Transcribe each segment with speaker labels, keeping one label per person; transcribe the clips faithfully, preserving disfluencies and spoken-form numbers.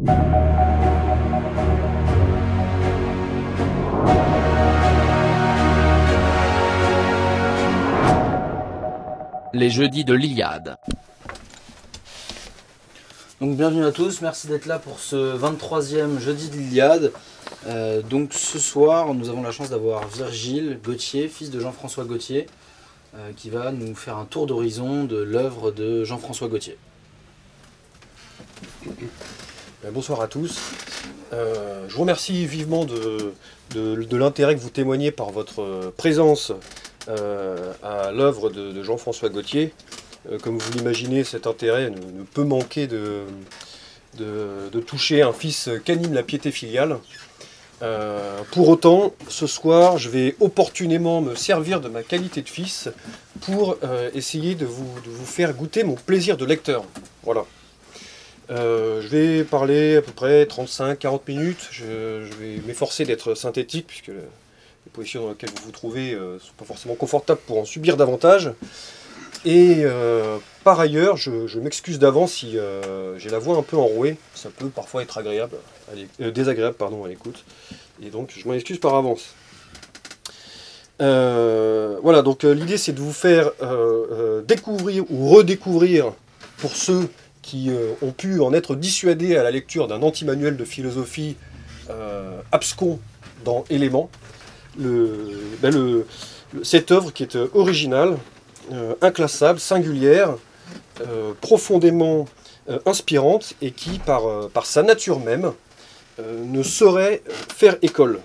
Speaker 1: Les jeudis de l'Iliade.
Speaker 2: Donc bienvenue à tous, merci d'être là pour ce vingt-troisième jeudi de l'Iliade. Euh, donc ce soir, nous avons la chance d'avoir Virgile Gauthier, fils de Jean-François Gauthier, euh, qui va nous faire un tour d'horizon de l'œuvre de Jean-François Gauthier.
Speaker 3: Bonsoir à tous. Euh, je vous remercie vivement de, de, de l'intérêt que vous témoignez par votre présence euh, à l'œuvre de, de Jean-François Gauthier. Euh, comme vous l'imaginez, cet intérêt ne, ne peut manquer de, de, de toucher un fils qu'anime la piété filiale. Euh, pour autant, ce soir, je vais opportunément me servir de ma qualité de fils pour euh, essayer de vous, de vous faire goûter mon plaisir de lecteur. Voilà. Euh, je vais parler à peu près trente-cinq à quarante minutes. Je, je vais m'efforcer d'être synthétique puisque le, les positions dans lesquelles vous vous trouvez ne euh, sont pas forcément confortables pour en subir davantage. Et euh, par ailleurs, je, je m'excuse d'avance si euh, j'ai la voix un peu enrouée. Ça peut parfois être agréable, euh, désagréable pardon, à l'écoute. Et donc je m'en excuse par avance. Euh, voilà, donc euh, l'idée c'est de vous faire euh, euh, découvrir ou redécouvrir, pour ceux qui euh, ont pu en être dissuadés à la lecture d'un anti-manuel de philosophie euh, abscon dans Éléments, le, ben le, le, cette œuvre qui est euh, originale, euh, inclassable, singulière, euh, profondément euh, inspirante et qui, par, euh, par sa nature même, euh, ne saurait faire école.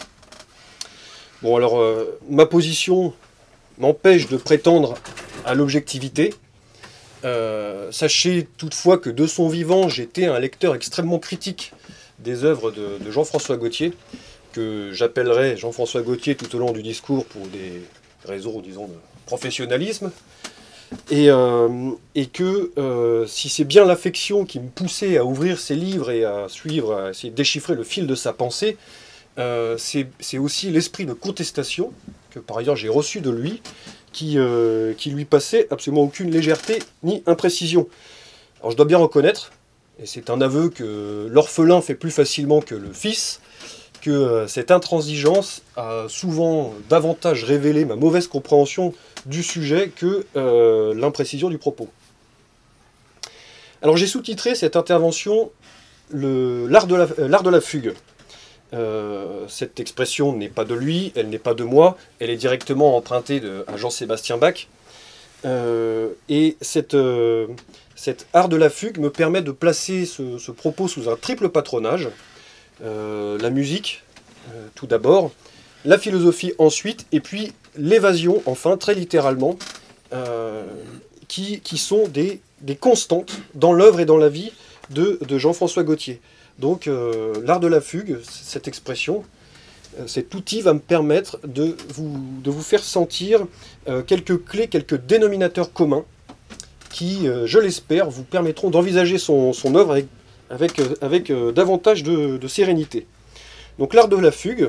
Speaker 3: Bon, alors, euh, ma position m'empêche de prétendre à l'objectivité. Euh, sachez toutefois que de son vivant, j'étais un lecteur extrêmement critique des œuvres de, de Jean-François Gauthier, que j'appellerai Jean-François Gauthier tout au long du discours pour des raisons, disons, de professionnalisme, et, euh, et que euh, si c'est bien l'affection qui me poussait à ouvrir ses livres et à suivre, à essayer de déchiffrer le fil de sa pensée, euh, c'est, c'est aussi l'esprit de contestation, que par ailleurs j'ai reçu de lui, Qui, euh, qui lui passait absolument aucune légèreté ni imprécision. Alors je dois bien reconnaître, et c'est un aveu que l'orphelin fait plus facilement que le fils, que euh, cette intransigeance a souvent davantage révélé ma mauvaise compréhension du sujet que euh, l'imprécision du propos. Alors j'ai sous-titré cette intervention le, l'art, de la, euh, l'art de la fugue. Euh, cette expression n'est pas de lui, elle n'est pas de moi, elle est directement empruntée de, à Jean-Sébastien Bach. Euh, et cette, euh, cet art de la fugue me permet de placer ce, ce propos sous un triple patronage. Euh, la musique, euh, tout d'abord, la philosophie ensuite, et puis l'évasion, enfin, très littéralement, euh, qui, qui sont des, des constantes dans l'œuvre et dans la vie de, de Jean-François Gauthier. Donc euh, l'art de la fugue, cette expression, euh, cet outil va me permettre de vous, de vous faire sentir euh, quelques clés, quelques dénominateurs communs qui, euh, je l'espère, vous permettront d'envisager son, son œuvre avec, avec, euh, avec euh, davantage de, de sérénité. Donc l'art de la fugue,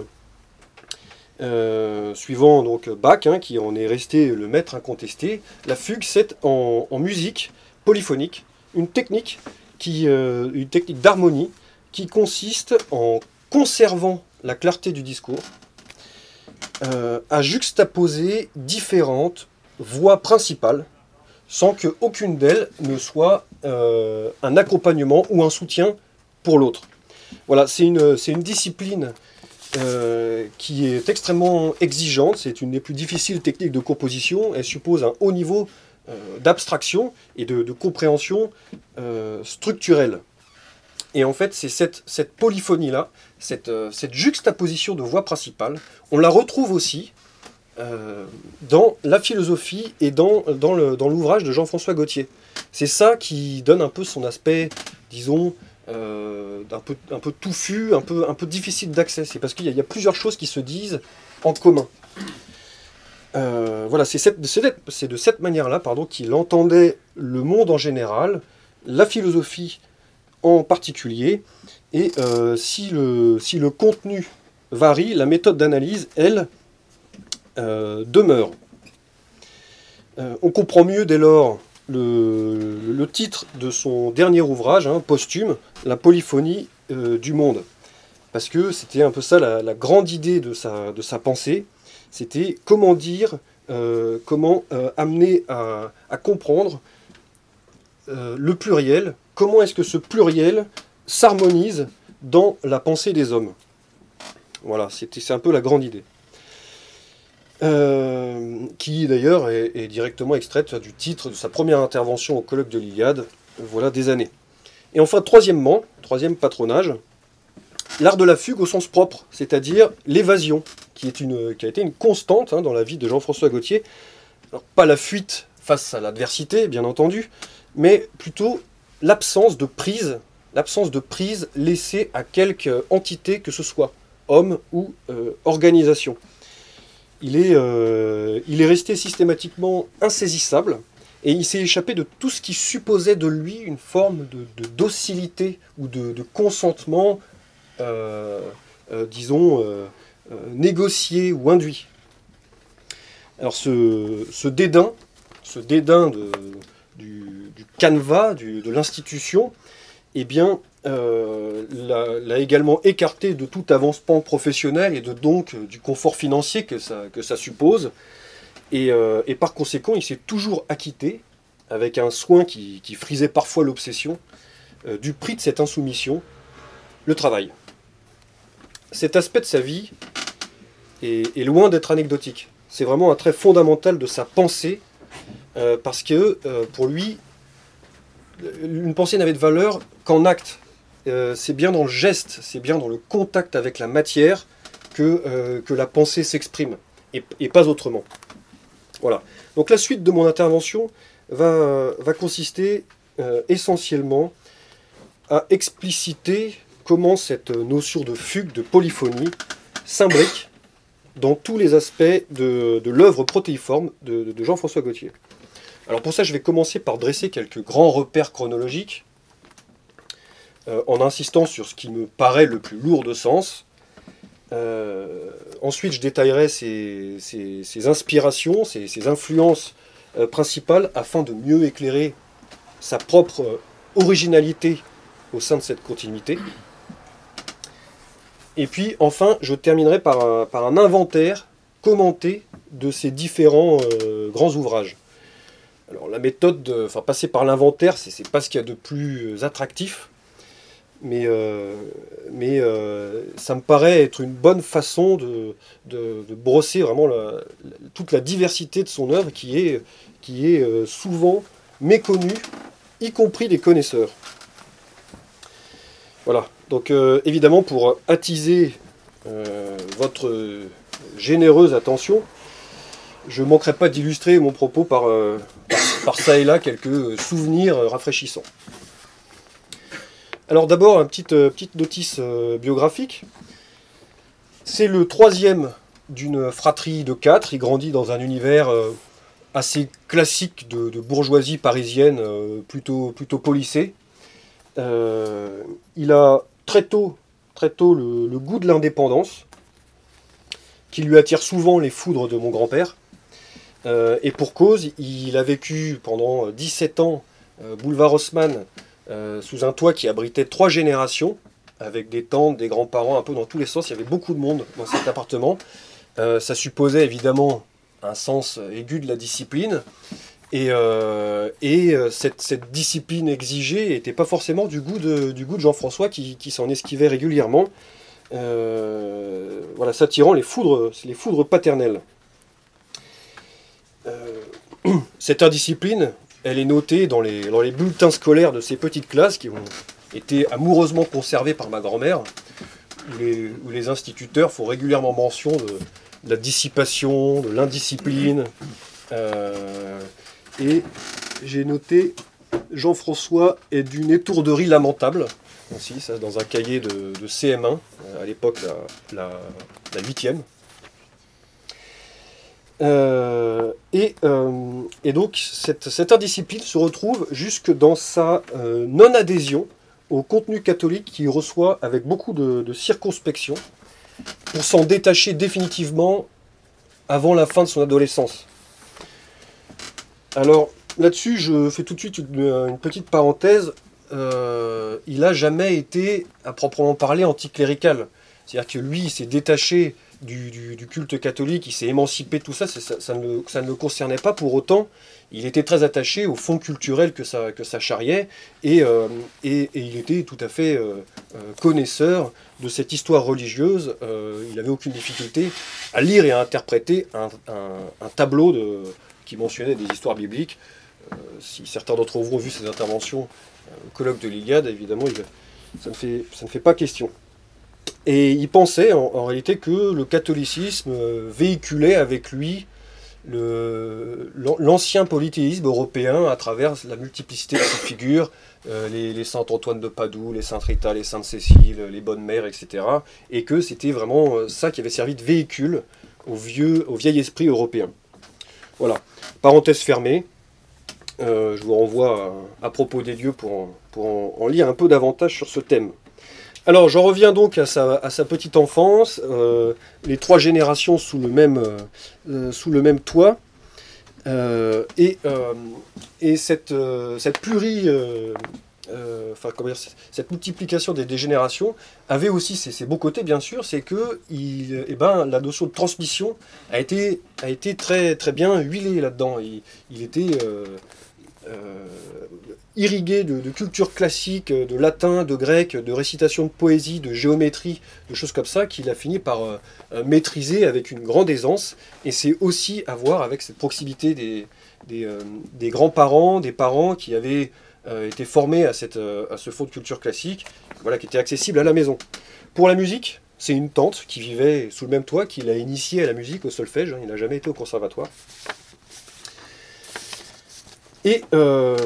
Speaker 3: euh, suivant donc Bach, hein, qui en est resté le maître incontesté, la fugue c'est en, en musique polyphonique, une technique, qui, euh, une technique d'harmonie, qui consiste en conservant la clarté du discours, euh, à juxtaposer différentes voix principales, sans qu'aucune d'elles ne soit euh, un accompagnement ou un soutien pour l'autre. Voilà, c'est une, c'est une discipline euh, qui est extrêmement exigeante, c'est une des plus difficiles techniques de composition, elle suppose un haut niveau euh, d'abstraction et de, de compréhension euh, structurelle. Et en fait, c'est cette, cette polyphonie-là, cette, euh, cette juxtaposition de voix principales, on la retrouve aussi euh, dans la philosophie et dans, dans, le, dans l'ouvrage de Jean-François Gauthier. C'est ça qui donne un peu son aspect, disons, euh, un, peu, un peu touffu, un peu, un peu difficile d'accès. C'est parce qu'il y a, il y a plusieurs choses qui se disent en commun. Euh, voilà, c'est, cette, c'est, c'est de cette manière-là pardon, qu'il entendait le monde en général, la philosophie en particulier, et euh, si, le, si le contenu varie, la méthode d'analyse, elle, euh, demeure. Euh, on comprend mieux dès lors le, le titre de son dernier ouvrage, hein, posthume, La polyphonie euh, du monde. Parce que c'était un peu ça la, la grande idée de sa, de sa pensée, c'était comment dire, euh, comment euh, amener à, à comprendre euh, le pluriel, comment est-ce que ce pluriel s'harmonise dans la pensée des hommes. Voilà, c'était, c'est un peu la grande idée. Euh, qui d'ailleurs est, est directement extraite du titre de sa première intervention au colloque de l'Iliade, voilà des années. Et enfin, troisièmement, troisième patronage, l'art de la fugue au sens propre, c'est-à-dire l'évasion, qui, est une, qui a été une constante hein, dans la vie de Jean-François Gautier. Alors, pas la fuite face à l'adversité, bien entendu, mais plutôt l'absence de prise, l'absence de prise laissée à quelque entité que ce soit, homme ou euh, organisation. Il est, euh, il est resté systématiquement insaisissable, et il s'est échappé de tout ce qui supposait de lui une forme de, de docilité ou de, de consentement, euh, euh, disons, euh, euh, négocié ou induit. Alors ce, ce dédain, ce dédain de, du, du canevas, du, de l'institution, eh bien, euh, l'a, l'a également écarté de tout avancement professionnel et de donc du confort financier que ça, que ça suppose. Et, euh, et par conséquent, il s'est toujours acquitté, avec un soin qui, qui frisait parfois l'obsession, euh, du prix de cette insoumission, le travail. Cet aspect de sa vie est, est loin d'être anecdotique. C'est vraiment un trait fondamental de sa pensée, euh, parce que euh, pour lui, une pensée n'avait de valeur qu'en acte. Euh, c'est bien dans le geste, c'est bien dans le contact avec la matière que, euh, que la pensée s'exprime, et, et pas autrement. Voilà. Donc la suite de mon intervention va, va consister euh, essentiellement à expliciter comment cette notion de fugue, de polyphonie, s'imbrique dans tous les aspects de, de l'œuvre protéiforme de, de Jean-François Gautier. Alors pour ça, je vais commencer par dresser quelques grands repères chronologiques, euh, en insistant sur ce qui me paraît le plus lourd de sens. Euh, ensuite, je détaillerai ses, ses, ses inspirations, ses, ses influences euh, principales, afin de mieux éclairer sa propre euh, originalité au sein de cette continuité. Et puis, enfin, je terminerai par un, par un inventaire commenté de ces différents euh, grands ouvrages. Alors la méthode, de, enfin passer par l'inventaire, c'est, c'est pas ce qu'il y a de plus attractif, mais, euh, mais euh, ça me paraît être une bonne façon de, de, de brosser vraiment la, la, toute la diversité de son œuvre qui est, qui est euh, souvent méconnue, y compris des connaisseurs. Voilà, donc euh, évidemment pour attiser euh, votre généreuse attention, je ne manquerai pas d'illustrer mon propos par, euh, par, par ça et là quelques souvenirs rafraîchissants. Alors d'abord, une petite, euh, petite notice euh, biographique. C'est le troisième d'une fratrie de quatre. Il grandit dans un univers euh, assez classique de, de bourgeoisie parisienne, euh, plutôt, plutôt policée. Euh, il a très tôt, très tôt le, le goût de l'indépendance, qui lui attire souvent les foudres de mon grand-père. Euh, et pour cause, il a vécu pendant dix-sept ans, euh, boulevard Haussmann, euh, sous un toit qui abritait trois générations, avec des tantes, des grands-parents, un peu dans tous les sens. Il y avait beaucoup de monde dans cet appartement. Euh, ça supposait évidemment un sens aigu de la discipline. Et, euh, et cette, cette discipline exigée n'était pas forcément du goût de, du goût de Jean-François, qui, qui s'en esquivait régulièrement, euh, voilà, s'attirant les foudres, les foudres paternelles. Euh, cette indiscipline, elle est notée dans les, dans les bulletins scolaires de ces petites classes qui ont été amoureusement conservées par ma grand-mère, où les, où les instituteurs font régulièrement mention de, de la dissipation, de l'indiscipline. Euh, et j'ai noté Jean-François est d'une étourderie lamentable, aussi, ça, dans un cahier de, de C M un, à l'époque la, la, la huitième. Euh, et, euh, et donc cette, cette indiscipline se retrouve jusque dans sa euh, non-adhésion au contenu catholique qu'il reçoit avec beaucoup de, de circonspection pour s'en détacher définitivement avant la fin de son adolescence. Alors, là-dessus, je fais tout de suite une, une petite parenthèse. Euh, il n'a jamais été, à proprement parler, anticlérical. C'est-à-dire que lui, il s'est détaché du, du, du culte catholique, il s'est émancipé de tout ça, ça, ça, ne, ça ne le concernait pas pour autant. Il était très attaché au fond culturel que ça, que ça charriait, et, euh, et, et il était tout à fait euh, euh, connaisseur de cette histoire religieuse. Euh, il n'avait aucune difficulté à lire et à interpréter un, un, un tableau de, qui mentionnait des histoires bibliques. Euh, si certains d'entre vous ont vu ces interventions euh, au colloque de l'Iliade, évidemment, il, ça, ne fait, ça ne fait pas question. Et il pensait en, en réalité que le catholicisme euh, véhiculait avec lui le, l'ancien polythéisme européen à travers la multiplicité de ses figures, euh, les, les saints Antoine de Padoue, les saintes Rita, les saintes Cécile, les bonnes mères, et cetera. Et que c'était vraiment ça qui avait servi de véhicule au, vieux, au vieil esprit européen. Voilà, parenthèse fermée. Euh, je vous renvoie à, à propos des dieux pour, en, pour en, en lire un peu davantage sur ce thème. Alors, j'en reviens donc à sa, à sa petite enfance, euh, les trois générations sous le même, euh, sous le même toit, euh, et, euh, et cette, euh, cette pluri, euh, euh, enfin, comment dire, cette multiplication des, des générations avait aussi ses, ses beaux côtés, bien sûr, c'est que il, eh ben, la notion de transmission a été, a été très, très bien huilée là-dedans. Il, il était... Euh, euh, irrigué de, de culture classique, de latin, de grec, de récitation de poésie, de géométrie, de choses comme ça, qu'il a fini par euh, maîtriser avec une grande aisance. Et c'est aussi à voir avec cette proximité des, des, euh, des grands-parents, des parents qui avaient euh, été formés à, cette, euh, à ce fond de culture classique, voilà, qui était accessible à la maison. Pour la musique, c'est une tante qui vivait sous le même toit, qui l'a initié à la musique, au solfège, hein, il n'a jamais été au conservatoire. Et, euh,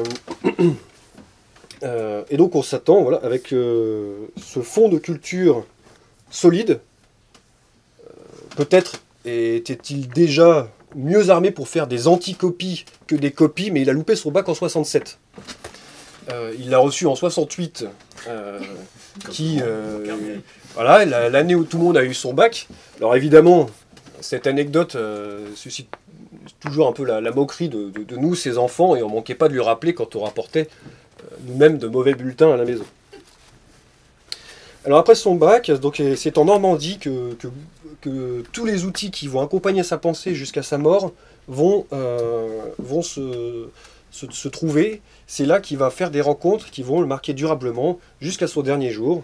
Speaker 3: euh, et donc on s'attend, voilà, avec euh, ce fond de culture solide, euh, peut-être était-il déjà mieux armé pour faire des anticopies que des copies, mais il a loupé son bac en soixante-sept. Euh, il l'a reçu en soixante-huit, euh, qui, euh, voilà, l'année où tout le monde a eu son bac. Alors évidemment, cette anecdote euh, suscite toujours un peu la, la moquerie de, de, de nous, ses enfants, et on ne manquait pas de lui rappeler quand on rapportait euh, nous-mêmes de mauvais bulletins à la maison. Alors après son bac, donc c'est en Normandie que, que, que tous les outils qui vont accompagner sa pensée jusqu'à sa mort vont, euh, vont se, se, se trouver. C'est là qu'il va faire des rencontres qui vont le marquer durablement jusqu'à son dernier jour.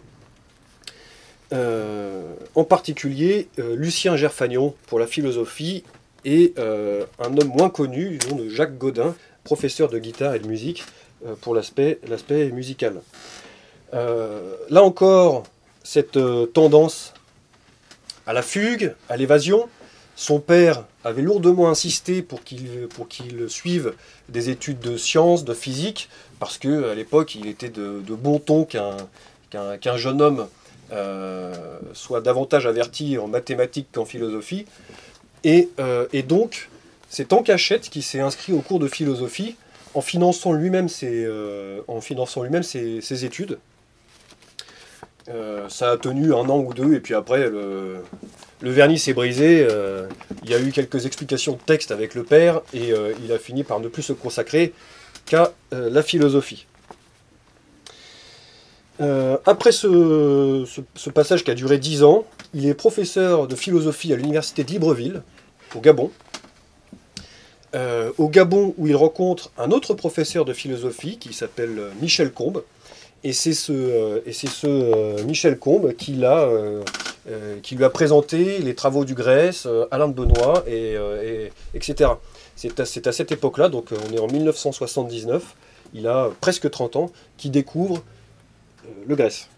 Speaker 3: Euh, en particulier euh, Lucien Gerfagnon pour la philosophie, et euh, un homme moins connu du nom de Jacques Gaudin, professeur de guitare et de musique, euh, pour l'aspect, l'aspect musical. Euh, là encore, cette euh, tendance à la fugue, à l'évasion, son père avait lourdement insisté pour qu'il, pour qu'il suive des études de sciences, de physique, parce qu'à l'époque, il était de, de bon ton qu'un, qu'un, qu'un jeune homme euh, soit davantage averti en mathématiques qu'en philosophie. Et, euh, et donc, c'est en cachette qu'il s'est inscrit au cours de philosophie en finançant lui-même ses, euh, en finançant lui-même ses, ses études. Euh, ça a tenu un an ou deux, et puis après, le, le vernis s'est brisé. Euh, il y a eu quelques explications de texte avec le père, et euh, il a fini par ne plus se consacrer qu'à euh, la philosophie. Euh, après ce, ce, ce passage qui a duré dix ans, il est professeur de philosophie à l'université de Libreville, au Gabon. Euh, au Gabon, où il rencontre un autre professeur de philosophie qui s'appelle Michel Combes. Et c'est ce, euh, et c'est ce euh, Michel Combes qui, l'a, euh, euh, qui lui a présenté les travaux du Grèce, euh, Alain de Benoît, et, euh, et, etc. C'est à, c'est à cette époque-là, donc on est en mille neuf cent soixante-dix-neuf, il a presque trente ans, qu'il découvre le Grèce.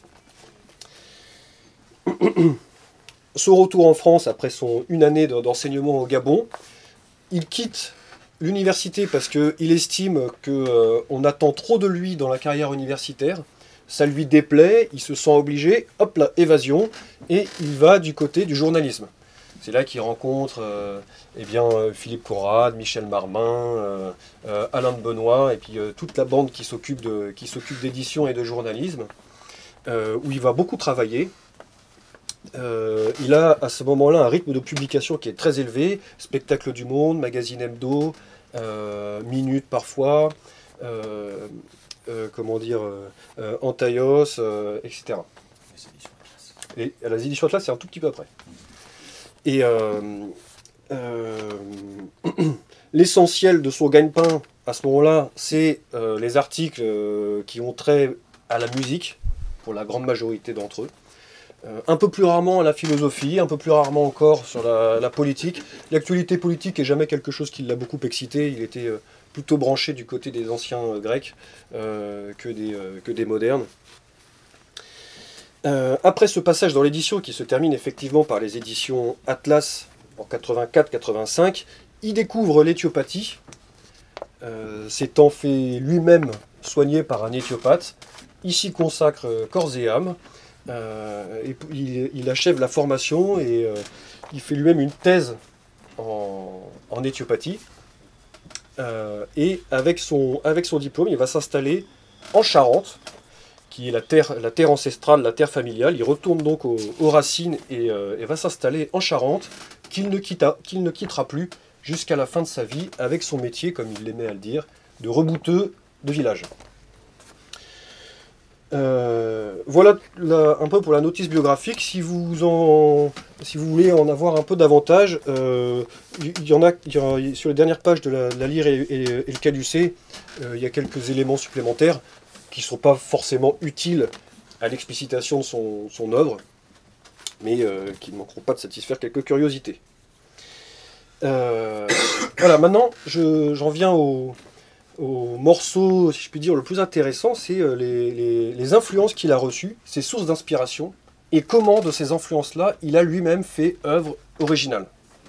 Speaker 3: Son retour en France après son une année d'enseignement au Gabon, il quitte l'université parce qu'il estime qu'on euh, attend trop de lui dans la carrière universitaire. Ça lui déplaît, il se sent obligé, hop là, évasion, et il va du côté du journalisme. C'est là qu'il rencontre euh, eh bien, euh, Philippe Conrad, Michel Marmin, euh, euh, Alain de Benoît, et puis euh, toute la bande qui s'occupe, de, qui s'occupe d'édition et de journalisme, euh, où il va beaucoup travailler. Euh, il a à ce moment-là un rythme de publication qui est très élevé, Spectacle du Monde, Magazine Hebdo, euh, minutes parfois, euh, euh, comment dire, euh, euh, antaios, euh, et cetera. Et à la édition Atlas, c'est un tout petit peu après. Et euh, euh, l'essentiel de son gagne-pain à ce moment-là, c'est euh, les articles euh, qui ont trait à la musique, pour la grande majorité d'entre eux. Euh, un peu plus rarement à la philosophie, un peu plus rarement encore sur la, la politique. L'actualité politique n'est jamais quelque chose qui l'a beaucoup excité. Il était euh, plutôt branché du côté des anciens euh, grecs euh, que, des, euh, que des modernes. Euh, après ce passage dans l'édition, qui se termine effectivement par les éditions Atlas en quatre-vingt-quatre quatre-vingt-cinq, il découvre l'éthiopathie, euh, s'étant fait lui-même soigner par un éthiopathe. Il s'y consacre euh, corps et âme. Euh, et il, il achève la formation et euh, il fait lui-même une thèse en, en éthiopathie. Euh, et avec son, avec son diplôme, il va s'installer en Charente, qui est la terre, la terre ancestrale, la terre familiale. Il retourne donc aux, aux racines et, euh, et va s'installer en Charente, qu'il ne, quitta, qu'il ne quittera plus jusqu'à la fin de sa vie, avec son métier, comme il l'aimait à le dire, de rebouteux de village. Euh, voilà la, un peu pour la notice biographique. Si vous, en, si vous voulez en avoir un peu davantage, euh, il y en a, il y a sur les dernières pages de la, de la Lyre et, et, et le Caducée, euh, il y a quelques éléments supplémentaires qui ne sont pas forcément utiles à l'explicitation de son, son œuvre, mais euh, qui ne manqueront pas de satisfaire quelques curiosités. Euh, voilà, maintenant je, j'en viens au, au morceau, si je puis dire, le plus intéressant, c'est les, les, les influences qu'il a reçues, ses sources d'inspiration, et comment de ces influences-là, il a lui-même fait œuvre originale.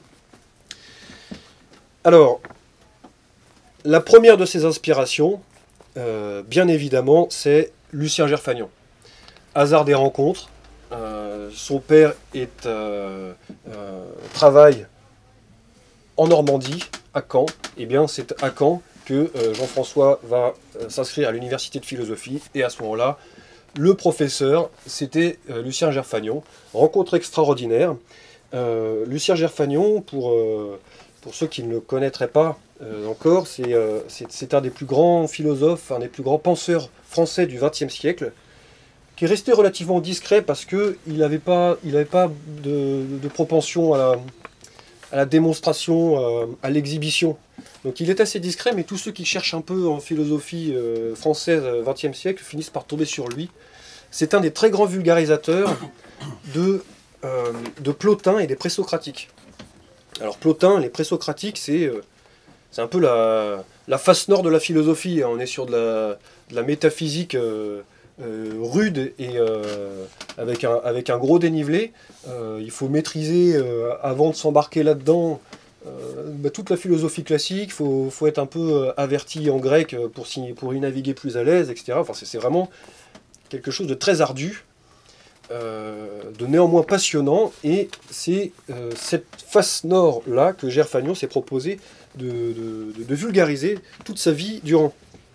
Speaker 3: Alors, la première de ces inspirations, euh, bien évidemment, c'est Lucien Gerfagnon. Hasard des rencontres, euh, son père est, euh, euh, travaille en Normandie, à Caen, et bien c'est à Caen que euh, Jean-François va euh, s'inscrire à l'université de philosophie, et à ce moment-là, le professeur, c'était euh, Lucien Gerfagnon. Rencontre extraordinaire. Euh, Lucien Gerfagnon, pour, euh, pour ceux qui ne le connaîtraient pas euh, encore, c'est, euh, c'est, c'est un des plus grands philosophes, un des plus grands penseurs français du vingtième siècle, qui est resté relativement discret parce qu'il n'avait pas, il n'avait pas de, de propension à la, à la démonstration, euh, à l'exhibition. Donc il est assez discret, mais tous ceux qui cherchent un peu en philosophie euh, française euh, vingtième siècle finissent par tomber sur lui. C'est un des très grands vulgarisateurs de, euh, de Plotin et des présocratiques. Alors Plotin, les présocratiques, c'est, euh, c'est un peu la, la face nord de la philosophie. On est sur de la, de la métaphysique euh, euh, rude et euh, avec, un, avec un gros dénivelé. Euh, il faut maîtriser, euh, avant de s'embarquer là-dedans, Euh, bah, toute la philosophie classique, il faut, faut être un peu euh, averti en grec pour, pour y naviguer plus à l'aise, et cetera. Enfin, c'est, c'est vraiment quelque chose de très ardu, euh, de néanmoins passionnant, et c'est euh, cette face nord-là que Gerfagnon s'est proposé de, de, de, de vulgariser toute sa vie durant.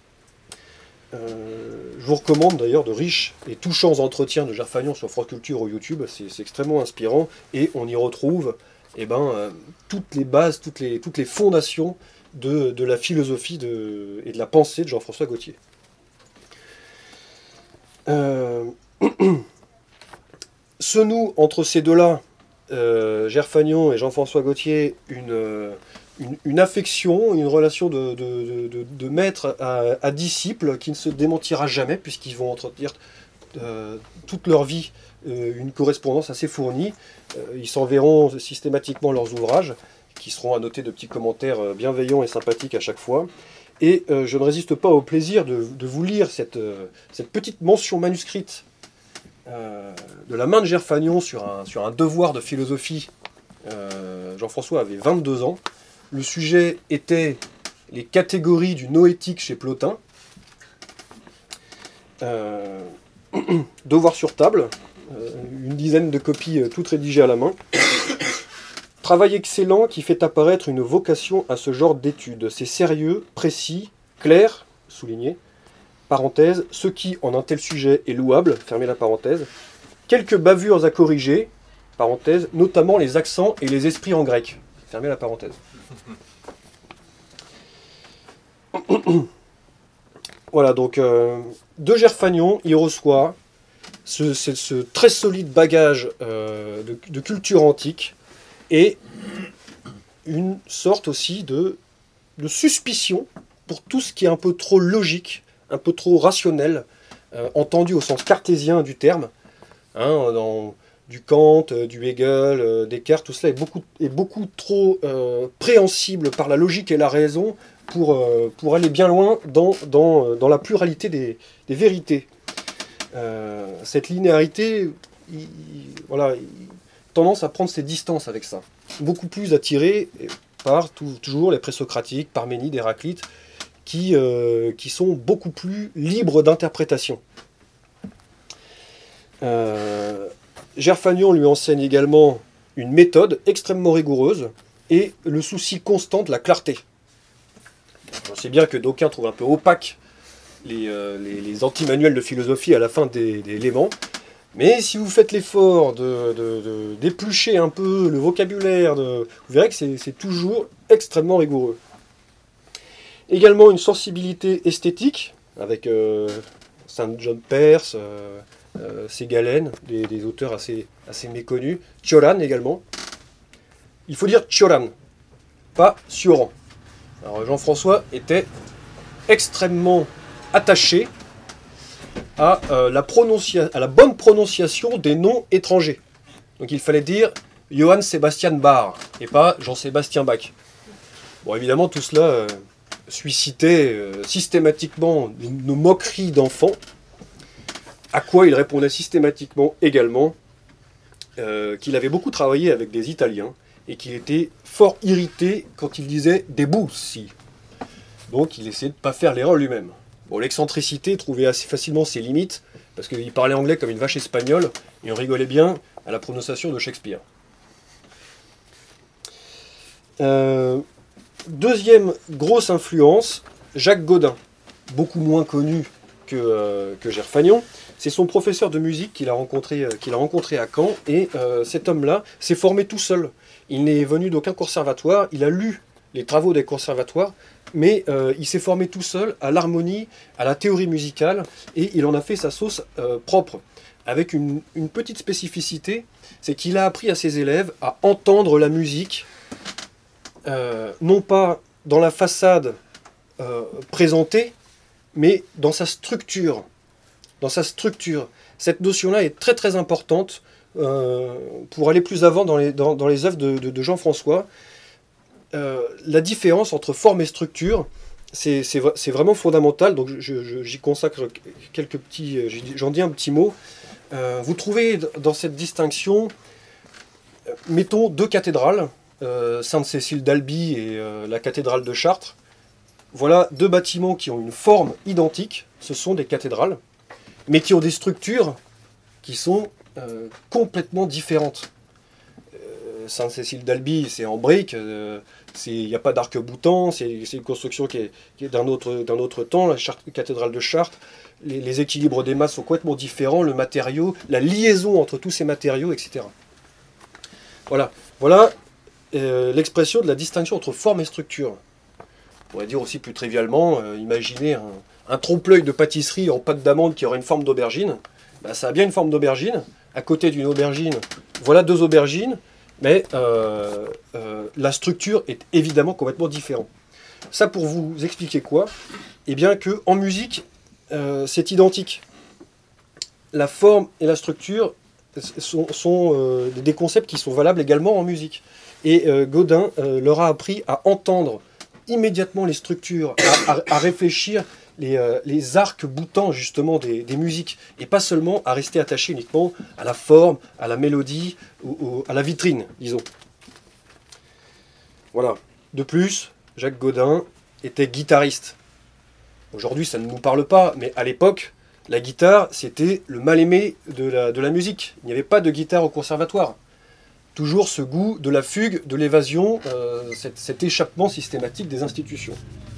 Speaker 3: Euh, je vous recommande d'ailleurs de riches et touchants entretiens de Gerfagnon sur France Culture ou YouTube, c'est, c'est extrêmement inspirant, et on y retrouve eh ben, euh, toutes les bases, toutes les, toutes les fondations de, de la philosophie de, et de la pensée de Jean-François Gautier. Euh, se noue entre ces deux-là, euh, Gerfagnon et Jean-François Gautier, une, une, une affection, une relation de, de, de, de maître à, à disciple qui ne se démentira jamais, puisqu'ils vont entretenir euh, toute leur vie une correspondance assez fournie. Ils s'enverront systématiquement leurs ouvrages, qui seront annotés de petits commentaires bienveillants et sympathiques à chaque fois. Et euh, je ne résiste pas au plaisir de, de vous lire cette, euh, cette petite mention manuscrite euh, de la main de Gerfagnon sur un, sur un devoir de philosophie. Euh, Jean-François avait vingt-deux ans. Le sujet était les catégories du noétique chez Plotin. Euh, devoir sur table. Une dizaine de copies euh, toutes rédigées à la main. Travail excellent qui fait apparaître une vocation à ce genre d'études. C'est sérieux, précis, clair, souligné, parenthèse, ce qui, en un tel sujet, est louable, fermez la parenthèse. Quelques bavures à corriger, parenthèse, notamment les accents et les esprits en grec, fermez la parenthèse. Voilà, donc euh, de Gerfagnon, il reçoit ce, ce, ce très solide bagage euh, de, de culture antique et une sorte aussi de, de suspicion pour tout ce qui est un peu trop logique, un peu trop rationnel, euh, entendu au sens cartésien du terme, hein, dans du Kant, euh, du Hegel, euh, Descartes, tout cela est beaucoup, est beaucoup trop euh, préhensible par la logique et la raison pour, euh, pour aller bien loin dans, dans, dans la pluralité des, des vérités. Euh, cette linéarité, il, il, voilà, il, tendance à prendre ses distances avec ça. Beaucoup plus attiré par tout, toujours les présocratiques, Parménide, Héraclite, qui, euh, qui sont beaucoup plus libres d'interprétation. Euh, Gerfagnon lui enseigne également une méthode extrêmement rigoureuse et le souci constant de la clarté. On sait bien que d'aucuns trouvent un peu opaque les, euh, les, les anti-manuels de philosophie à la fin des, des éléments, mais si vous faites l'effort de, de, de, d'éplucher un peu le vocabulaire, de, vous verrez que c'est, c'est toujours extrêmement rigoureux. Également une sensibilité esthétique, avec euh, Saint John Perse, euh, euh, Ségalen, des, des auteurs assez, assez méconnus. Cioran également. Il faut dire Cioran, pas Cioran. Alors Jean-François était extrêmement attaché à, euh, la prononcia- à la bonne prononciation des noms étrangers. Donc il fallait dire Johann Sebastian Bach, et pas Jean-Sébastien Bach. Bon, évidemment, tout cela euh, suscitait euh, systématiquement nos moqueries d'enfants, à quoi il répondait systématiquement également euh, qu'il avait beaucoup travaillé avec des Italiens, et qu'il était fort irrité quand il disait « Debussy ». Donc il essayait de ne pas faire l'erreur lui-même. Bon, l'excentricité trouvait assez facilement ses limites, parce qu'il parlait anglais comme une vache espagnole, et on rigolait bien à la prononciation de Shakespeare. Euh, deuxième grosse influence, Jacques Gaudin, beaucoup moins connu que, euh, que Gerfagnon. C'est son professeur de musique qu'il a rencontré, euh, qu'il a rencontré à Caen, et euh, cet homme-là s'est formé tout seul. Il n'est venu d'aucun conservatoire, il a lu les travaux des conservatoires, mais euh, il s'est formé tout seul à l'harmonie, à la théorie musicale, et il en a fait sa sauce euh, propre, avec une, une petite spécificité, c'est qu'il a appris à ses élèves à entendre la musique, euh, non pas dans la façade euh, présentée, mais dans sa structure. Dans sa structure. Cette notion-là est très très importante euh, pour aller plus avant dans les, dans, dans les œuvres de, de, de Jean-François. Euh, la différence entre forme et structure, c'est, c'est, c'est vraiment fondamental, donc je, je, j'y consacre quelques petits, j'en dis un petit mot. Euh, vous trouvez dans cette distinction, mettons deux cathédrales, euh, Sainte-Cécile d'Albi et euh, la cathédrale de Chartres. Voilà deux bâtiments qui ont une forme identique, ce sont des cathédrales, mais qui ont des structures qui sont euh, complètement différentes. Euh, Sainte-Cécile d'Albi, c'est en briques, euh, il n'y a pas d'arc-boutant, c'est, c'est une construction qui est, qui est d'un, autre, d'un autre temps. La Chartres, cathédrale de Chartres, les, les équilibres des masses sont complètement différents, le matériau, la liaison entre tous ces matériaux, et cetera. Voilà, voilà euh, l'expression de la distinction entre forme et structure. On pourrait dire aussi plus trivialement, euh, imaginez un, un trompe-l'œil de pâtisserie en pâte d'amande qui aurait une forme d'aubergine. Ben, ça a bien une forme d'aubergine. À côté d'une aubergine, voilà deux aubergines, mais euh, euh, la structure est évidemment complètement différente. Ça pour vous expliquer quoi ? Eh bien qu'en musique, euh, c'est identique. La forme et la structure sont, sont euh, des concepts qui sont valables également en musique. Et euh, Gaudin euh, leur a appris à entendre immédiatement les structures, à, à, à réfléchir les, euh, les arcs boutants justement des, des musiques, et pas seulement à rester attaché uniquement à la forme, à la mélodie, ou, ou à la vitrine, disons. Voilà. De plus, Jacques Gaudin était guitariste. Aujourd'hui, ça ne nous parle pas, mais à l'époque, la guitare, c'était le mal-aimé de la, de la musique. Il n'y avait pas de guitare au conservatoire. Toujours ce goût de la fugue, de l'évasion, euh, cet, cet échappement systématique des institutions.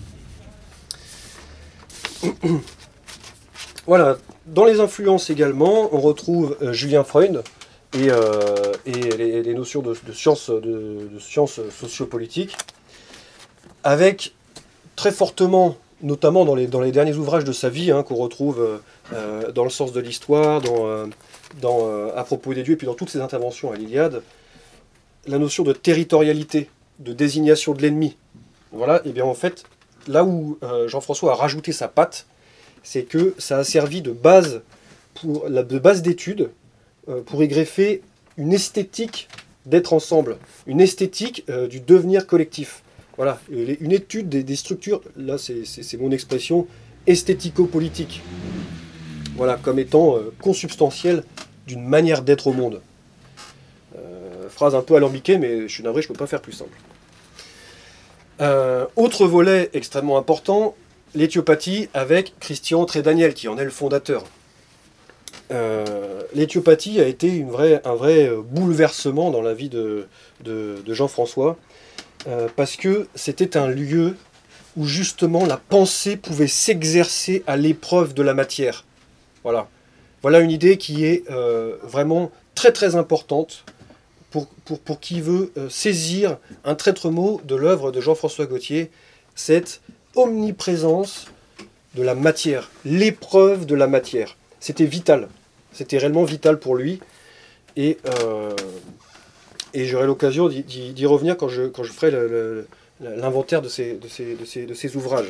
Speaker 3: Voilà. Dans les influences également, on retrouve euh, Julien Freund et, euh, et les, les notions de, de sciences de, de sciences sociopolitiques, avec très fortement notamment dans les, dans les derniers ouvrages de sa vie, hein, qu'on retrouve euh, euh, dans le sens de l'histoire, dans, euh, dans, euh, à propos des dieux, et puis dans toutes ses interventions à l'Iliade, la notion de territorialité, de désignation de l'ennemi. Voilà, et bien en fait, là où euh, Jean-François a rajouté sa patte, c'est que ça a servi de base, pour, la, de base d'étude euh, pour y greffer une esthétique d'être ensemble, une esthétique euh, du devenir collectif. Voilà, une étude des, des structures, là c'est, c'est, c'est mon expression, esthético-politique. Voilà, comme étant euh, consubstantielle d'une manière d'être au monde. Euh, phrase un peu alambiquée, mais je suis navré, je ne peux pas faire plus simple. Euh, autre volet extrêmement important, l'éthiopathie avec Christian Trédaniel, qui en est le fondateur. Euh, l'éthiopathie a été une vraie, un vrai bouleversement dans la vie de, de, de Jean-François, euh, parce que c'était un lieu où justement la pensée pouvait s'exercer à l'épreuve de la matière. Voilà, voilà une idée qui est euh, vraiment très très importante pour, pour, pour qui veut euh, saisir un traître mot de l'œuvre de Jean-François Gautier, cette omniprésence de la matière, l'épreuve de la matière. C'était vital, c'était réellement vital pour lui, et, euh, et j'aurai l'occasion d'y, d'y, d'y revenir quand je, quand je ferai le, le, l'inventaire de ces, de, ces, de, ces, de ces ouvrages.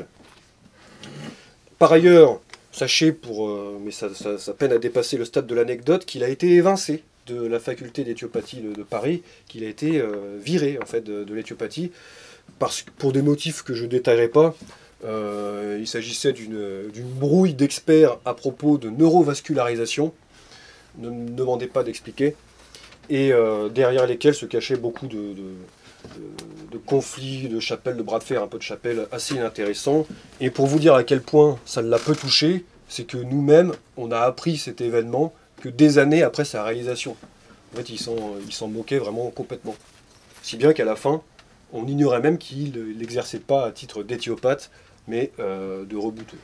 Speaker 3: Par ailleurs, sachez, pour, euh, mais ça, ça, ça peine à dépasser le stade de l'anecdote, qu'il a été évincé de la faculté d'éthiopathie de, de Paris, qu'il a été euh, viré en fait, de, de l'éthiopathie, parce que, pour des motifs que je ne détaillerai pas. Euh, il s'agissait d'une, d'une brouille d'experts à propos de neurovascularisation, ne me demandez pas d'expliquer, et euh, derrière lesquels se cachaient beaucoup de, de, de, de conflits, de chapelles, de bras de fer, un peu de chapelles assez inintéressants. Et pour vous dire à quel point ça l'a peu touché, c'est que nous-mêmes, on a appris cet événement que des années après sa réalisation. En fait, ils s'en, ils s'en moquaient vraiment complètement. Si bien qu'à la fin, on ignorait même qu'il n'exerçait pas à titre d'éthiopathe, mais euh, de rebouteux.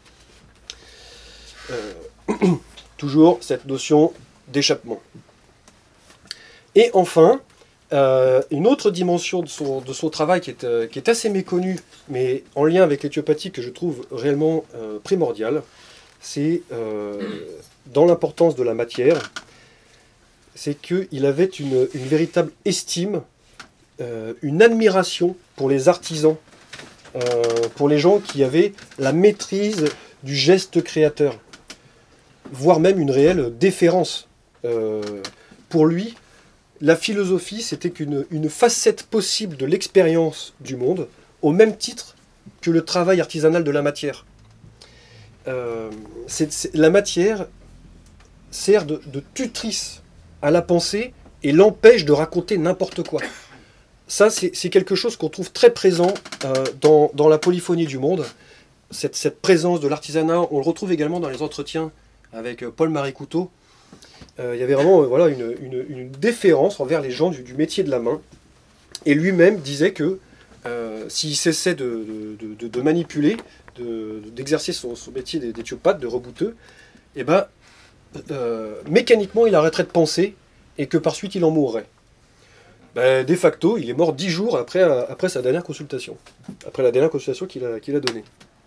Speaker 3: Euh, toujours cette notion d'échappement. Et enfin, euh, une autre dimension de son, de son travail qui est, euh, qui est assez méconnue, mais en lien avec l'éthiopathie que je trouve réellement euh, primordiale, c'est euh, dans l'importance de la matière, c'est qu'il avait une, une véritable estime, euh, une admiration pour les artisans, Euh, pour les gens qui avaient la maîtrise du geste créateur, voire même une réelle déférence. Euh, pour lui, la philosophie, c'était qu'une une facette possible de l'expérience du monde, au même titre que le travail artisanal de la matière. Euh, c'est, c'est, la matière sert de, de tutrice à la pensée et l'empêche de raconter n'importe quoi. Ça, c'est, c'est quelque chose qu'on trouve très présent euh, dans, dans la polyphonie du monde. Cette, cette présence de l'artisanat, on le retrouve également dans les entretiens avec euh, Paul-Marie Couteau. Euh, il y avait vraiment euh, voilà, une, une, une déférence envers les gens du, du métier de la main. Et lui-même disait que euh, s'il cessait de, de, de, de manipuler, de, d'exercer son, son métier d'éthiopathe, de rebouteux, eh ben, euh, mécaniquement, il arrêterait de penser et que par suite, il en mourrait. Ben, de facto, il est mort dix jours après, après sa dernière consultation, après la dernière consultation qu'il a, qu'il a donnée.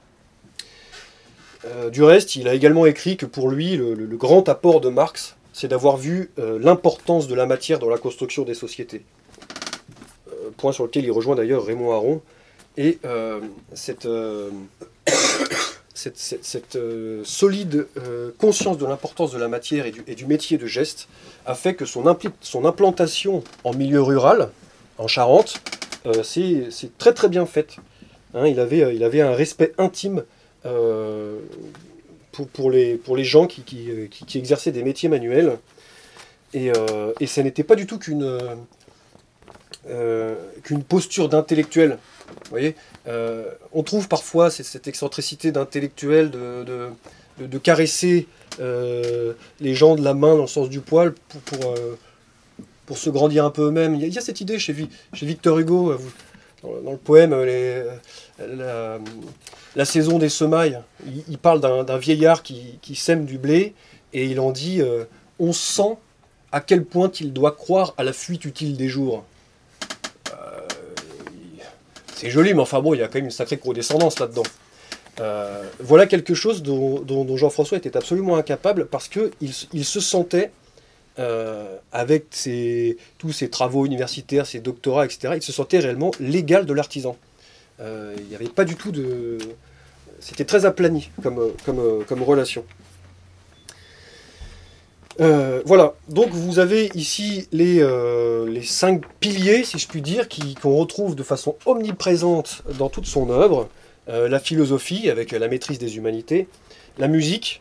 Speaker 3: Euh, du reste, il a également écrit que pour lui, le, le, le grand apport de Marx, c'est d'avoir vu euh, l'importance de la matière dans la construction des sociétés. Euh, point sur lequel il rejoint d'ailleurs Raymond Aron. Et euh, cette, euh, cette, cette, cette euh, solide euh, conscience de l'importance de la matière et du, et du métier de geste a fait que son, impl- son implantation en milieu rural, en Charente, euh, c'est, c'est très très bien faite. Hein, il, avait, il avait un respect intime euh, pour, pour, les, pour les gens qui, qui, qui, qui exerçaient des métiers manuels. Et, euh, et ça n'était pas du tout qu'une, euh, qu'une posture d'intellectuel. Vous voyez, euh, on trouve parfois cette, cette excentricité d'intellectuel, de, de, de, de caresser euh, les gens de la main dans le sens du poil pour, pour, euh, pour se grandir un peu eux-mêmes. Il y a, il y a cette idée chez, chez Victor Hugo, dans, dans le poème les, la, la saison des semailles. Il, il parle d'un, d'un vieillard qui, qui sème du blé et il en dit euh, « On sent à quel point il doit croire à la fuite utile des jours ». C'est joli, mais enfin bon, il y a quand même une sacrée condescendance là-dedans. Euh, voilà quelque chose dont, dont, dont Jean-François était absolument incapable parce qu'il il se sentait, euh, avec ses, tous ses travaux universitaires, ses doctorats, et cetera, il se sentait réellement l'égal de l'artisan. Euh, il n'y avait pas du tout de... C'était très aplani comme, comme, comme relation. Euh, voilà, donc vous avez ici les, euh, les cinq piliers, si je puis dire, qui, qu'on retrouve de façon omniprésente dans toute son œuvre. Euh, la philosophie, avec la maîtrise des humanités, la musique,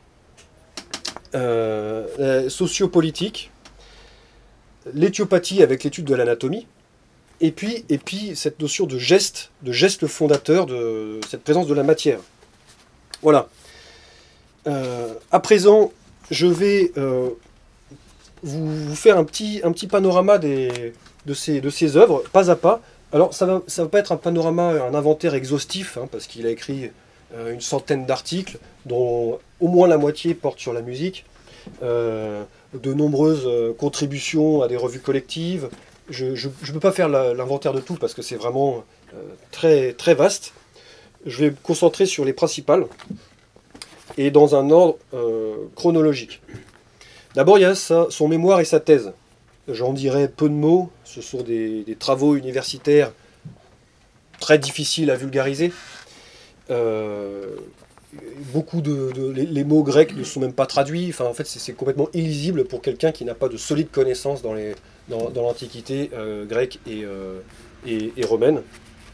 Speaker 3: euh, la sociopolitique, l'éthiopathie avec l'étude de l'anatomie, et puis, et puis cette notion de geste, de geste fondateur, de cette présence de la matière. Voilà. Euh, à présent, je vais euh, vous, vous faire un petit, un petit panorama des, de, ces, de ces œuvres, pas à pas. Alors, ça ne va, ça va pas être un panorama, un inventaire exhaustif, hein, parce qu'il a écrit euh, une centaine d'articles, dont au moins la moitié porte sur la musique, euh, de nombreuses euh, contributions à des revues collectives. Je ne peux pas faire la, l'inventaire de tout, parce que c'est vraiment euh, très, très vaste. Je vais me concentrer sur les principales, et dans un ordre euh, chronologique. D'abord, il y a sa, son mémoire et sa thèse. J'en dirai peu de mots, ce sont des, des travaux universitaires très difficiles à vulgariser. Euh, beaucoup de, de les, les mots grecs ne sont même pas traduits, enfin, en fait c'est, c'est complètement illisible pour quelqu'un qui n'a pas de solides connaissances dans, les, dans, dans l'Antiquité euh, grecque et, euh, et, et romaine.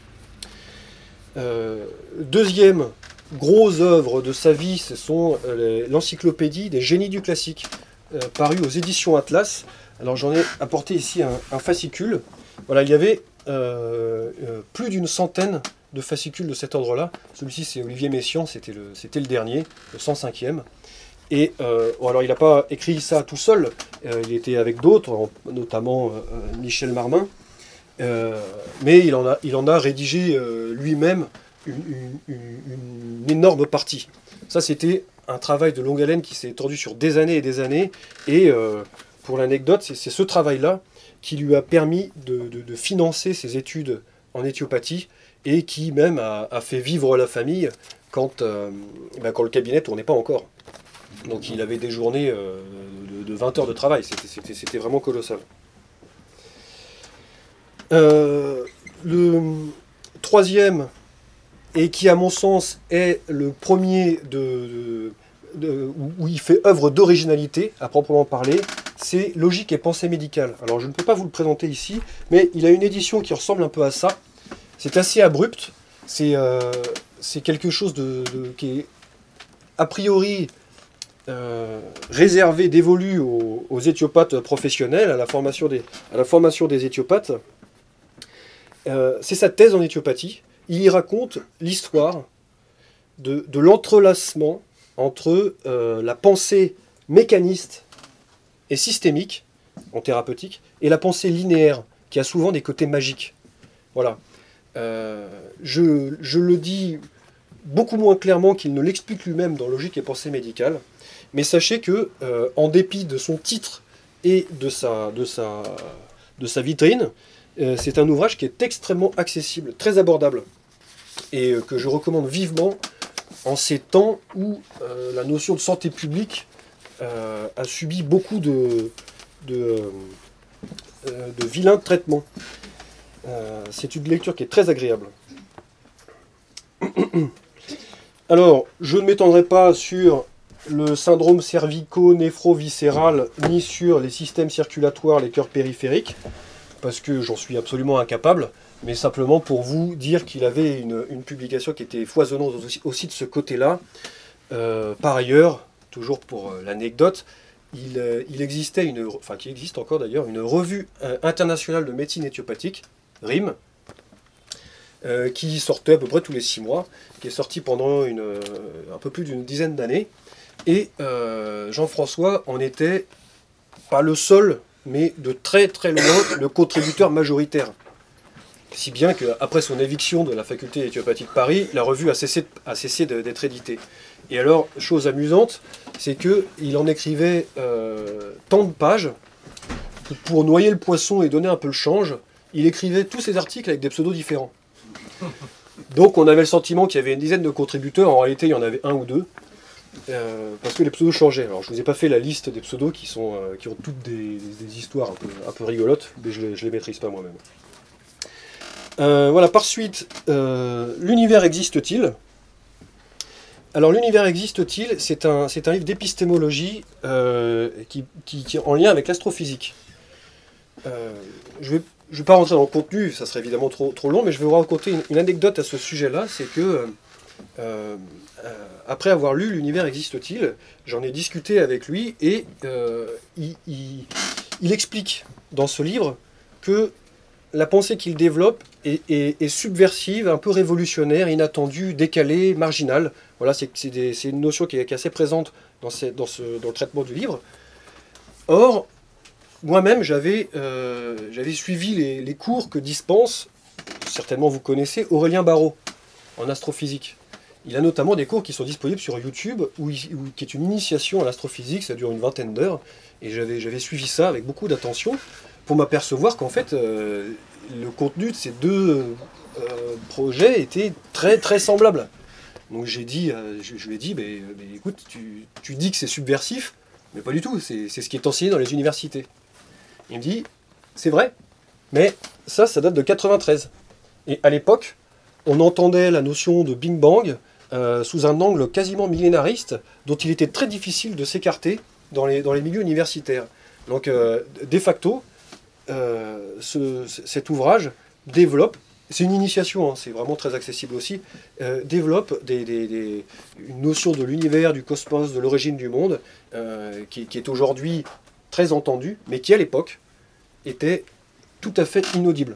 Speaker 3: Euh, deuxième grosse œuvre de sa vie, ce sont euh, l'encyclopédie des génies du classique, euh, parue aux éditions Atlas. Alors j'en ai apporté ici un, un fascicule. Voilà, il y avait euh, euh, plus d'une centaine de fascicules de cet ordre-là. Celui-ci c'est Olivier Messiaen, c'était le, c'était le dernier, le cent cinquième. Et euh, bon, alors il n'a pas écrit ça tout seul, euh, il était avec d'autres, notamment euh, Michel Marmin. Euh, mais il en a, il en a rédigé euh, lui-même une, une, une, une énorme partie. Ça c'était un travail de longue haleine qui s'est étendu sur des années et des années. Et euh, pour l'anecdote, c'est, c'est ce travail-là qui lui a permis de, de, de financer ses études en éthiopathie et qui même a, a fait vivre la famille quand, euh, ben, quand le cabinet ne tournait pas encore. Donc il avait des journées euh, de, de vingt heures de travail, c'était, c'était, c'était vraiment colossal. Euh, le troisième, et qui à mon sens est le premier de, de, de, où il fait œuvre d'originalité à proprement parler, c'est Logique et pensée médicale. Alors je ne peux pas vous le présenter ici, mais il a une édition qui ressemble un peu à ça. C'est assez abrupt, c'est, euh, c'est quelque chose de, de, qui est a priori euh, réservé, dévolu aux, aux éthiopathes professionnels, à la formation des, à la formation des éthiopathes. Euh, c'est sa thèse en éthiopathie. Il y raconte l'histoire de, de l'entrelacement entre euh, la pensée mécaniste et systémique, en thérapeutique, et la pensée linéaire, qui a souvent des côtés magiques. Voilà. Euh, je, je le dis beaucoup moins clairement qu'il ne l'explique lui-même dans Logique et pensée médicale, mais sachez que, euh, en dépit de son titre et de sa, de sa, de sa vitrine, euh, c'est un ouvrage qui est extrêmement accessible, très abordable, et euh, que je recommande vivement en ces temps où euh, la notion de santé publique euh, a subi beaucoup de, de, euh, de vilains traitements. Euh, c'est une lecture qui est très agréable. Alors, je ne m'étendrai pas sur le syndrome cervico-néphro-viscéral, ni sur les systèmes circulatoires, les cœurs périphériques, parce que j'en suis absolument incapable, mais simplement pour vous dire qu'il avait une, une publication qui était foisonnante aussi, aussi de ce côté-là. Euh, par ailleurs, toujours pour euh, l'anecdote, il, euh, il existait, une, enfin qui existe encore d'ailleurs, une revue euh, internationale de médecine éthiopathique, R I M, euh, qui sortait à peu près tous les six mois, qui est sortie pendant une, euh, un peu plus d'une dizaine d'années, et euh, Jean-François en était pas le seul, mais de très très loin le contributeur majoritaire. Si bien qu'après son éviction de la faculté d'éthiopathie de Paris, la revue a cessé, a cessé d'être éditée. Et alors, chose amusante, c'est qu'il en écrivait euh, tant de pages, que pour noyer le poisson et donner un peu le change, il écrivait tous ses articles avec des pseudos différents. Donc on avait le sentiment qu'il y avait une dizaine de contributeurs, en réalité il y en avait un ou deux, euh, parce que les pseudos changeaient. Alors je vous ai pas fait la liste des pseudos qui, sont, euh, qui ont toutes des, des, des histoires un peu, un peu rigolotes, mais je les, je les maîtrise pas moi-même. Euh, voilà, par suite, euh, l'univers existe-t-il ? Alors l'univers existe-t-il ? C'est un, c'est un livre d'épistémologie euh, qui, qui, qui est en lien avec l'astrophysique. Euh, je vais Je ne vais pas rentrer dans le contenu, ça serait évidemment trop, trop long, mais je vais vous raconter une, une anecdote à ce sujet-là. C'est que, euh, euh, après avoir lu L'univers existe-t-il, j'en ai discuté avec lui et euh, il, il, il explique dans ce livre que la pensée qu'il développe est, est, est subversive, un peu révolutionnaire, inattendue, décalée, marginale. Voilà, c'est, c'est, des, c'est une notion qui est, qui est assez présente dans, ces, dans, ce, dans le traitement du livre. Or, moi-même, j'avais, euh, j'avais suivi les, les cours que dispense, certainement vous connaissez, Aurélien Barraud, en astrophysique. Il a notamment des cours qui sont disponibles sur YouTube, où il, où, qui est une initiation à l'astrophysique, ça dure une vingtaine d'heures, et j'avais, j'avais suivi ça avec beaucoup d'attention, pour m'apercevoir qu'en fait, euh, le contenu de ces deux euh, projets était très, très semblable. Donc j'ai dit, euh, je, je lui ai dit, mais, mais écoute, tu, tu dis que c'est subversif, mais pas du tout, c'est, c'est ce qui est enseigné dans les universités. Il me dit, c'est vrai, mais ça, ça date de quatre-vingt-treize. Et à l'époque, on entendait la notion de Big Bang euh, sous un angle quasiment millénariste, dont il était très difficile de s'écarter dans les, dans les milieux universitaires. Donc, euh, de facto, euh, ce, cet ouvrage développe, c'est une initiation, hein, c'est vraiment très accessible aussi, euh, développe des, des, des, une notion de l'univers, du cosmos, de l'origine du monde, euh, qui, qui est aujourd'hui très entendue, mais qui à l'époque était tout à fait inaudible.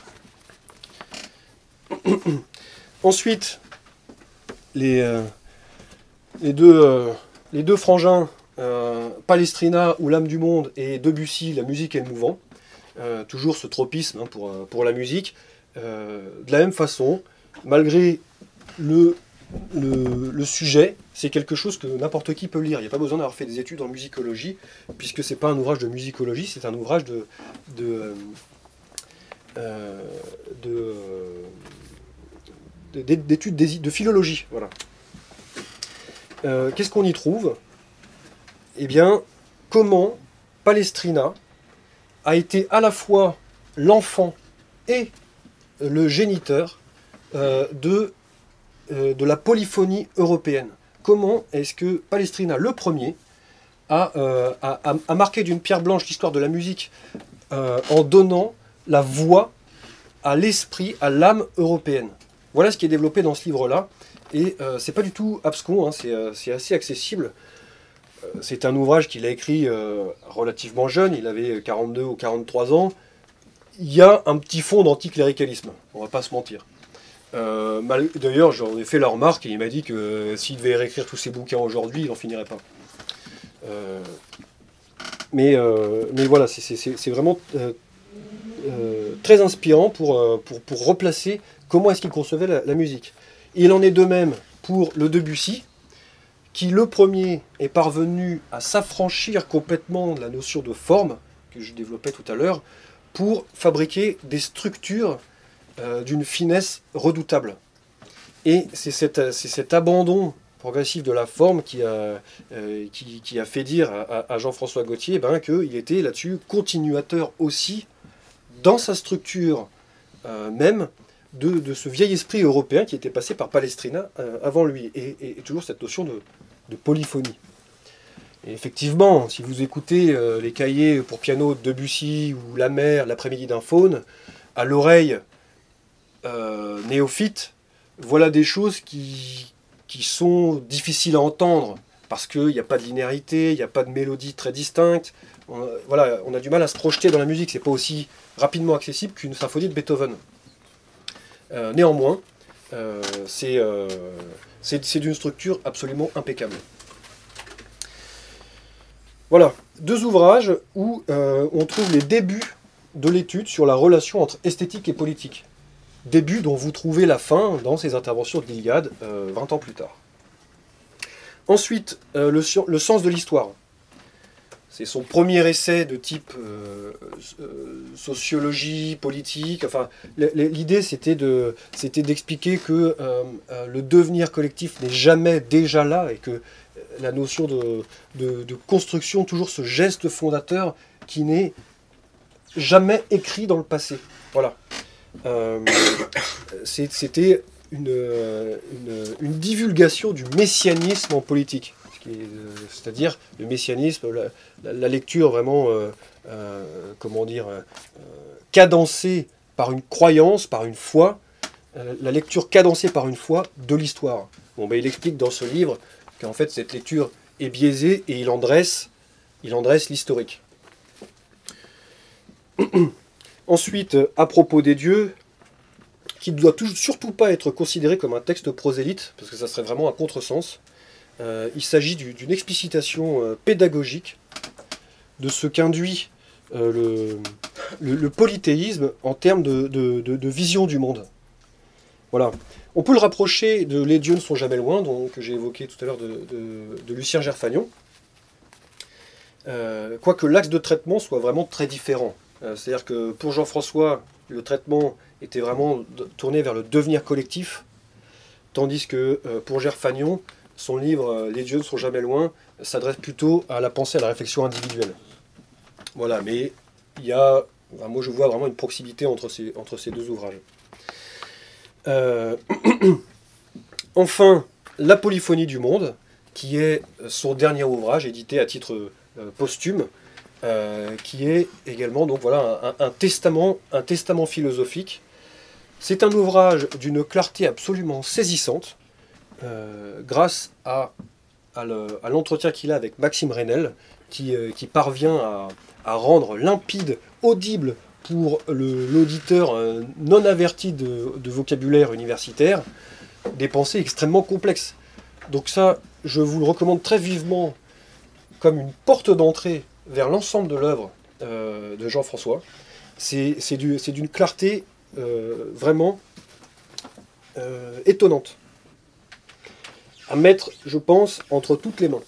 Speaker 3: Ensuite, les, euh, les, deux, euh, les deux frangins, euh, Palestrina ou l'âme du monde et Debussy, la musique et le mouvant, euh, toujours ce tropisme hein, pour, pour la musique, euh, de la même façon, malgré le, le, le sujet, c'est quelque chose que n'importe qui peut lire. Il n'y a pas besoin d'avoir fait des études en musicologie, puisque ce n'est pas un ouvrage de musicologie, c'est un ouvrage de, de, euh, de, de, d'études de philologie. Voilà. Euh, qu'est-ce qu'on y trouve ? Eh bien, comment Palestrina a été à la fois l'enfant et le géniteur euh, de, euh, de la polyphonie européenne. Comment est-ce que Palestrina, le premier, a, euh, a, a marqué d'une pierre blanche l'histoire de la musique euh, en donnant la voix à l'esprit, à l'âme européenne. Voilà ce qui est développé dans ce livre-là. Et euh, c'est pas du tout abscon, hein, c'est, euh, c'est assez accessible. Euh, c'est un ouvrage qu'il a écrit euh, relativement jeune, il avait quarante-deux ou quarante-trois ans. Il y a un petit fond d'anticléricalisme, on va pas se mentir. Euh, mal... D'ailleurs, j'en ai fait la remarque et il m'a dit que euh, s'il devait réécrire tous ses bouquins aujourd'hui, il n'en finirait pas. Euh... Mais, euh, mais voilà, c'est, c'est, c'est vraiment euh, euh, très inspirant pour, euh, pour, pour replacer comment est-ce qu'il concevait la, la musique. Et il en est de même pour le Debussy, qui le premier est parvenu à s'affranchir complètement de la notion de forme, que je développais tout à l'heure, pour fabriquer des structures euh, d'une finesse redoutable. Et c'est, cette, c'est cet abandon progressif de la forme qui a, euh, qui, qui a fait dire à, à Jean-François Gaultier ben, qu'il était là-dessus continuateur aussi, dans sa structure euh, même, de, de ce vieil esprit européen qui était passé par Palestrina euh, avant lui. Et, et, et toujours cette notion de, de polyphonie. Et effectivement, si vous écoutez euh, les cahiers pour piano de Debussy ou La mer, l'après-midi d'un faune, à l'oreille euh, néophyte, voilà des choses qui, qui sont difficiles à entendre, parce qu'il n'y a pas de linéarité, il n'y a pas de mélodie très distincte. On, voilà, on a du mal à se projeter dans la musique, c'est pas aussi rapidement accessible qu'une symphonie de Beethoven. Euh, néanmoins, euh, c'est, euh, c'est, c'est d'une structure absolument impeccable. Voilà, deux ouvrages où euh, on trouve les débuts de l'étude sur la relation entre esthétique et politique. Début dont vous trouvez la fin dans ces interventions de l'Iliade, euh, vingt ans plus tard. Ensuite, euh, le, le sens de l'histoire. c'est son premier essai de type euh, euh, sociologie, politique. Enfin, l'idée, c'était de, c'était d'expliquer que euh, euh, le devenir collectif n'est jamais déjà là et que la notion de, de, de construction, toujours ce geste fondateur qui n'est jamais écrit dans le passé. Voilà. Euh, c'était une, une, une divulgation du messianisme en politique. C'est-à-dire le messianisme, la, la, la lecture vraiment, euh, euh, comment dire, euh, cadencée par une croyance, par une foi, euh, la lecture cadencée par une foi de l'histoire. Bon, ben, il explique dans ce livre qu'en fait cette lecture est biaisée et il en dresse, il en dresse l'historique. Ensuite, à propos des dieux, qui ne doit tout, surtout pas être considéré comme un texte prosélyte, parce que ça serait vraiment un contresens. Euh, il s'agit du, d'une explicitation euh, pédagogique de ce qu'induit euh, le, le, le polythéisme en termes de, de, de, de vision du monde. Voilà. On peut le rapprocher de Les dieux ne sont jamais loin, donc, que j'ai évoqué tout à l'heure de, de, de Lucien Gerfagnon, euh, quoique l'axe de traitement soit vraiment très différent. Euh, c'est-à-dire que pour Jean-François, le traitement était vraiment tourné vers le devenir collectif, tandis que euh, pour Gerfagnon, son livre « Les dieux ne sont jamais loin » s'adresse plutôt à la pensée, à la réflexion individuelle. Voilà, mais il y a, enfin, moi je vois vraiment une proximité entre ces, entre ces deux ouvrages. Euh, enfin, La polyphonie du monde, qui est son dernier ouvrage, édité à titre euh, posthume, euh, qui est également donc, voilà, un, un, testament, un testament philosophique. C'est un ouvrage d'une clarté absolument saisissante, Euh, grâce à, à, le, à l'entretien qu'il a avec Maxime Reynel, qui, euh, qui parvient à, à rendre limpide, audible pour le, l'auditeur euh, non averti de, de vocabulaire universitaire, des pensées extrêmement complexes. Donc ça, je vous le recommande très vivement comme une porte d'entrée vers l'ensemble de l'œuvre euh, de Jean-François. C'est, c'est, du, c'est d'une clarté euh, vraiment euh, étonnante, à mettre, je pense, entre toutes les mains.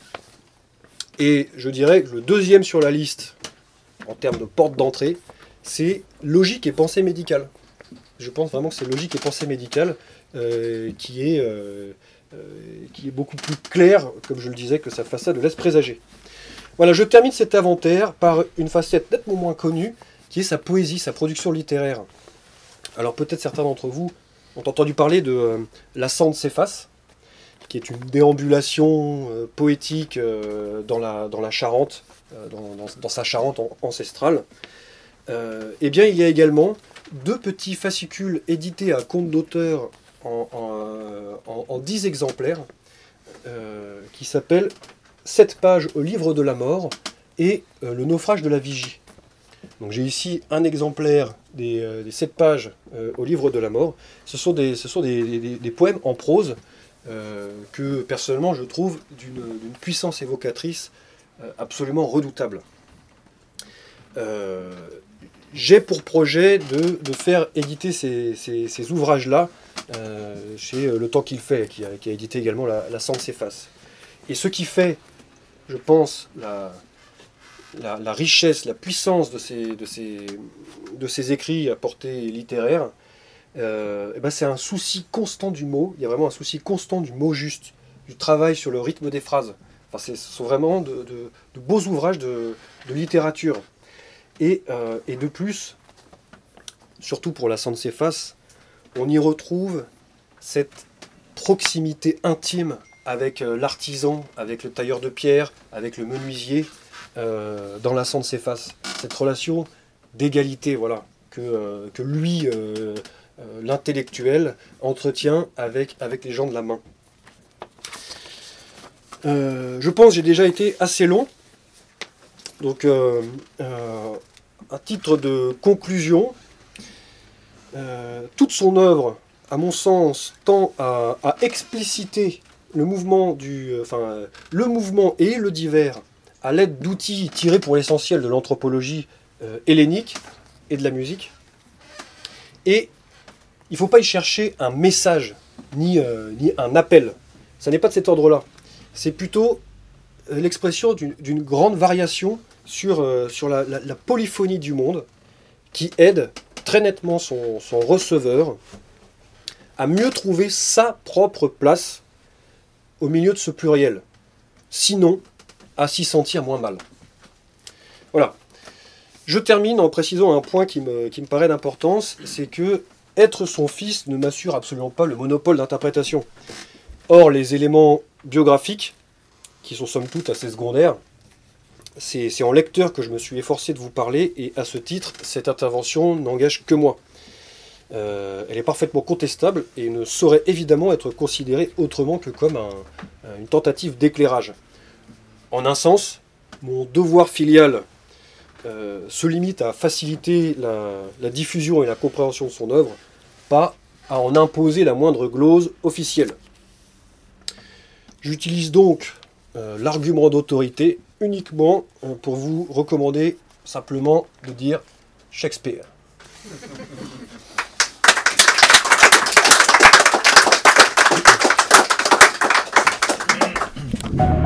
Speaker 3: Et je dirais que le deuxième sur la liste, en termes de porte d'entrée, c'est Logique et pensée médicale. Je pense vraiment que c'est Logique et pensée médicale euh, qui, est, euh, euh, qui est beaucoup plus clair, comme je le disais, que sa façade laisse présager. Voilà, je termine cet inventaire par une facette nettement moins connue, qui est sa poésie, sa production littéraire. Alors peut-être certains d'entre vous ont entendu parler de euh, La Sande s'efface, qui est une déambulation euh, poétique euh, dans, la, dans la Charente, euh, dans, dans, dans sa Charente an- ancestrale. Euh, eh bien, il y a également deux petits fascicules édités à compte d'auteur en, en, en, en dix exemplaires, euh, qui s'appellent sept pages au livre de la mort et euh, Le naufrage de la vigie. Donc j'ai ici un exemplaire des, euh, des sept pages euh, au livre de la mort. Ce sont des, ce sont des, des, des poèmes en prose, Euh, que personnellement je trouve d'une, d'une puissance évocatrice euh, absolument redoutable. Euh, j'ai pour projet de, de faire éditer ces, ces, ces ouvrages-là euh, chez Le Temps qu'il fait, qui a, qui a édité également La, la Sande s'efface. Et ce qui fait, je pense, la, la, la richesse, la puissance de ces, de ces, de ces écrits à portée littéraire, Euh, et ben c'est un souci constant du mot. Il y a vraiment un souci constant du mot juste, du travail sur le rythme des phrases. Enfin, c'est, ce sont vraiment de, de, de beaux ouvrages de, de littérature. Et, euh, et de plus, surtout pour La Sande s'efface, on y retrouve cette proximité intime avec euh, l'artisan, avec le tailleur de pierre, avec le menuisier, euh, dans La Sande s'efface. Cette relation d'égalité, voilà, que, euh, que lui... Euh, Euh, l'intellectuel entretient avec, avec les gens de la main. Euh, je pense que j'ai déjà été assez long. Donc, euh, euh, à titre de conclusion, euh, toute son œuvre, à mon sens, tend à, à expliciter le mouvement, du, enfin, le mouvement et le divers à l'aide d'outils tirés pour l'essentiel de l'anthropologie euh, hellénique et de la musique. Et il ne faut pas y chercher un message, ni, euh, ni un appel. Ça n'est pas de cet ordre-là. C'est plutôt l'expression d'une, d'une grande variation sur, euh, sur la, la, la polyphonie du monde, qui aide très nettement son, son receveur à mieux trouver sa propre place au milieu de ce pluriel. Sinon, à s'y sentir moins mal. Voilà. Je termine en précisant un point qui me, qui me paraît d'importance, c'est que être son fils ne m'assure absolument pas le monopole d'interprétation. Or, les éléments biographiques, qui sont somme toute assez secondaires, c'est, c'est en lecteur que je me suis efforcé de vous parler, et à ce titre, cette intervention n'engage que moi. Euh, elle est parfaitement contestable et ne saurait évidemment être considérée autrement que comme un, une tentative d'éclairage. En un sens, mon devoir filial euh, se limite à faciliter la, la diffusion et la compréhension de son œuvre, pas à en imposer la moindre glose officielle. J'utilise donc euh, l'argument d'autorité uniquement euh, pour vous recommander simplement de dire Shakespeare. Thank you.